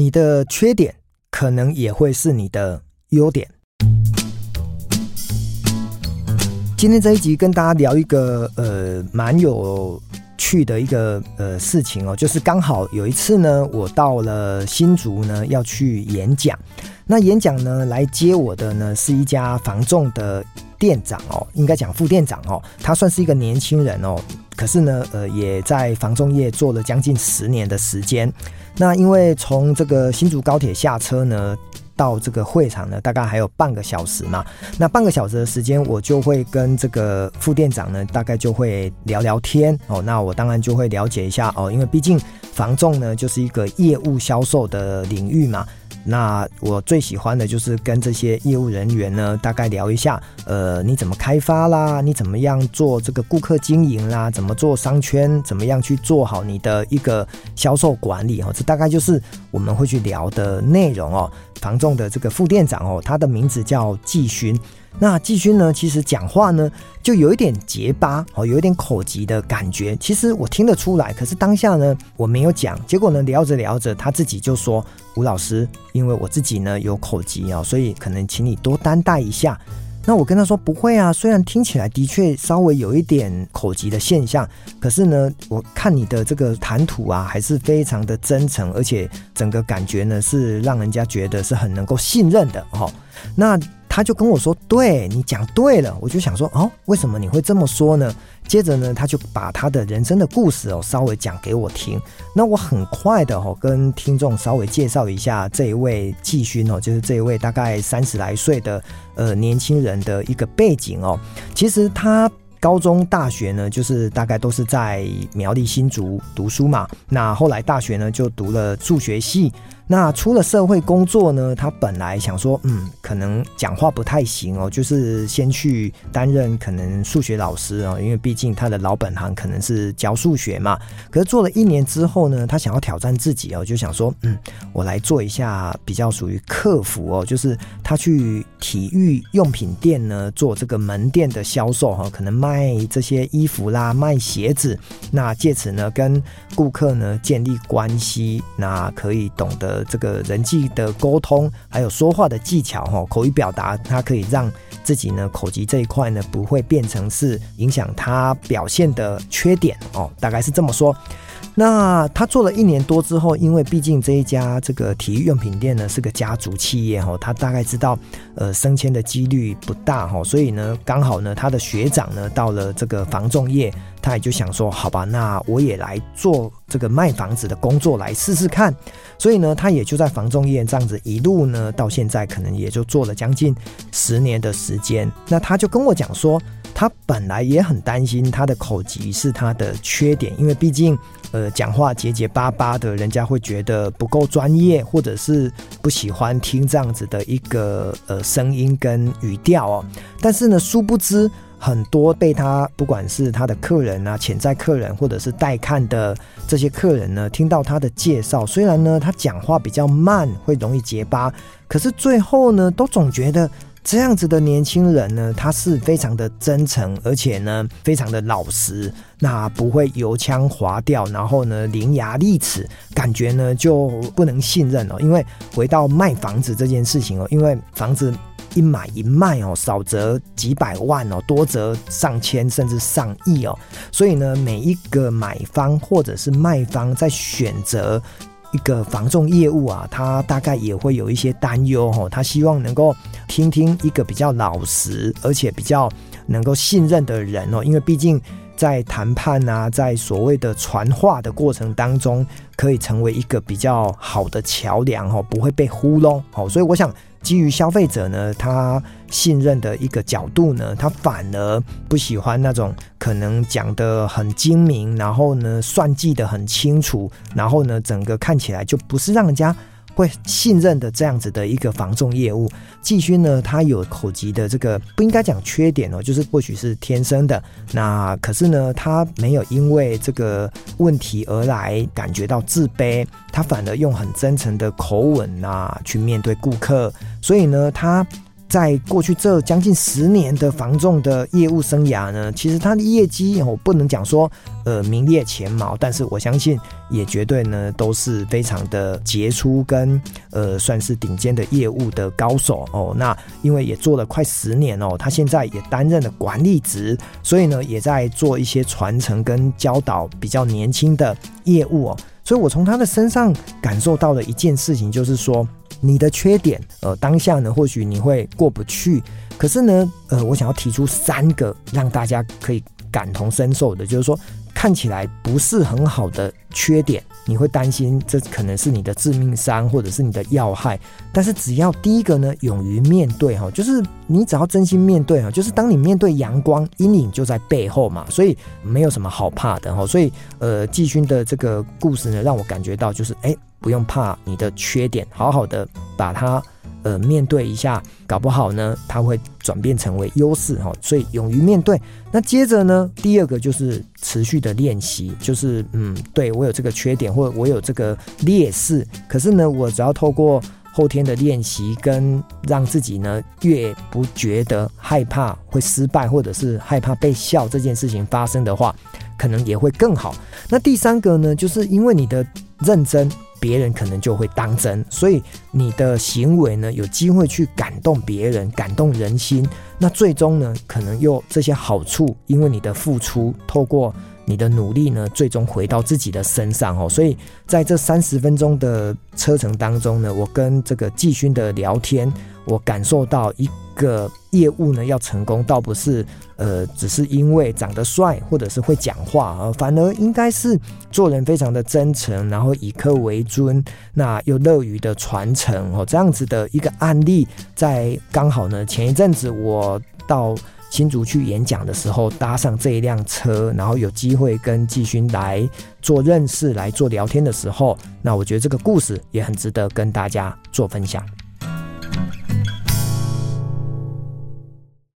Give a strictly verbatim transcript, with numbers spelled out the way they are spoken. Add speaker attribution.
Speaker 1: 你的缺点可能也会是你的优点。今天这一集跟大家聊一个呃蛮有趣的一个呃事情哦，就是刚好有一次呢，我到了新竹呢要去演讲。那演讲呢来接我的呢是一家房仲的店长哦，应该讲副店长哦，他算是一个年轻人哦，可是呢呃也在房仲业做了将近十年的时间。那因为从这个新竹高铁下车呢，到这个会场呢大概还有半个小时嘛，那半个小时的时间我就会跟这个副店长呢大概就会聊聊天哦，那我当然就会了解一下哦，因为毕竟房仲呢就是一个业务销售的领域嘛，那我最喜欢的就是跟这些业务人员呢大概聊一下呃你怎么开发啦，你怎么样做这个顾客经营啦，怎么做商圈，怎么样去做好你的一个销售管理哦，这大概就是我们会去聊的内容哦。房仲的这个副店长哦，他的名字叫季勋。那季勋呢，其实讲话呢就有一点结巴哦，有一点口疾的感觉。其实我听得出来，可是当下呢我没有讲。结果呢聊着聊着，他自己就说：“吴老师，因为我自己呢有口疾哦，所以可能请你多担待一下。”那我跟他说不会啊，虽然听起来的确稍微有一点口疾的现象，可是呢我看你的这个谈吐啊还是非常的真诚，而且整个感觉呢是让人家觉得是很能够信任的哦。那他就跟我说：“对，你讲对了。”我就想说哦，为什么你会这么说呢？接着呢他就把他的人生的故事哦稍微讲给我听。那我很快的哦跟听众稍微介绍一下这一位季勋哦，就是这一位大概三十来岁的呃年轻人的一个背景哦。其实他高中大学呢就是大概都是在苗栗新竹读书嘛，那后来大学呢就读了数学系。那出了社会工作呢，他本来想说嗯可能讲话不太行哦，就是先去担任可能数学老师哦，因为毕竟他的老本行可能是教数学嘛。可是做了一年之后呢，他想要挑战自己哦，就想说嗯我来做一下比较属于客服哦，就是他去体育用品店呢做这个门店的销售哦，可能卖这些衣服啦，卖鞋子，那借此呢跟顾客呢建立关系，那可以懂得这个人际的沟通，还有说话的技巧哦，口语表达，它可以让自己呢口疾这一块呢不会变成是影响他表现的缺点哦，大概是这么说。那他做了一年多之后，因为毕竟这一家这个体育用品店呢是个家族企业哦，他大概知道呃升迁的几率不大哦，所以呢刚好呢他的学长呢到了这个房仲业，他也就想说好吧，那我也来做这个卖房子的工作来试试看。所以呢他也就在房仲业这样子一路呢到现在可能也就做了将近十年的时间。那他就跟我讲说，他本来也很担心他的口疾是他的缺点，因为毕竟呃讲话结结巴巴的，人家会觉得不够专业，或者是不喜欢听这样子的一个呃声音跟语调哦。但是呢殊不知很多被他不管是他的客人啊，潜在客人或者是待看的这些客人呢，听到他的介绍，虽然呢他讲话比较慢，会容易结巴，可是最后呢都总觉得这样子的年轻人呢，他是非常的真诚，而且呢非常的老实，那不会油腔滑调，然后呢伶牙俐齿，感觉呢就不能信任哦。因为回到卖房子这件事情哦，因为房子一买一卖哦，少则几百万哦，多则上千甚至上亿哦，所以呢每一个买方或者是卖方在选择一个房仲业务啊，他大概也会有一些担忧哦，他希望能够听听一个比较老实而且比较能够信任的人哦，因为毕竟在谈判啊，在所谓的传话的过程当中，可以成为一个比较好的桥梁哦，不会被糊弄哦，所以我想基于消费者呢他信任的一个角度呢，他反而不喜欢那种可能讲得很精明，然后呢算计得很清楚，然后呢整个看起来就不是让人家会信任的这样子的一个房仲业务。季勋呢他有口疾的这个不应该讲缺点哦，就是或许是天生的，那可是呢他没有因为这个问题而来感觉到自卑，他反而用很真诚的口吻啊去面对顾客，所以呢他在过去这将近十年的房仲的业务生涯呢，其实他的业绩我不能讲说呃名列前茅，但是我相信也绝对呢都是非常的杰出跟呃算是顶尖的业务的高手哦。那因为也做了快十年哦，他现在也担任了管理职，所以呢也在做一些传承跟教导比较年轻的业务哦。所以我从他的身上感受到的一件事情就是说，你的缺点呃当下呢或许你会过不去，可是呢呃我想要提出三个让大家可以感同身受的，就是说看起来不是很好的缺点，你会担心这可能是你的致命伤或者是你的要害，但是只要第一个呢勇于面对，就是你只要真心面对，就是当你面对阳光，阴影就在背后嘛，所以没有什么好怕的。所以呃季勋的这个故事呢让我感觉到就是哎，不用怕你的缺点，好好的把它呃面对一下，搞不好呢它会转变成为优势，所以勇于面对。那接着呢第二个就是持续的练习，就是嗯对我有这个缺点或者我有这个劣势，可是呢我只要透过后天的练习跟让自己呢越不觉得害怕会失败或者是害怕被笑这件事情发生的话，可能也会更好。那第三个呢就是因为你的认真，别人可能就会当真，所以你的行为呢有机会去感动别人，感动人心，那最终呢可能又这些好处因为你的付出透过你的努力呢最终回到自己的身上哦。所以在这三十分钟的车程当中呢，我跟这个季勋的聊天，我感受到一个业务呢要成功，倒不是呃只是因为长得帅或者是会讲话，呃，反而应该是做人非常的真诚，然后以客为尊，那又乐于的传承哦，这样子的一个案例，在刚好呢前一阵子我到新竹去演讲的时候搭上这一辆车，然后有机会跟季勋来做认识来做聊天的时候，那我觉得这个故事也很值得跟大家做分享。